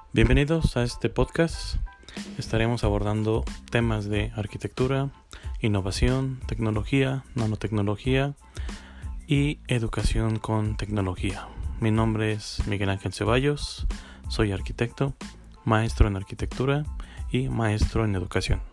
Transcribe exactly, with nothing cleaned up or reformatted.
Bienvenidos a este podcast. Estaremos abordando temas de arquitectura, innovación, tecnología, nanotecnología y educación con tecnología. Mi nombre es Miguel Ángel Ceballos, soy arquitecto, maestro en arquitectura y maestro en educación.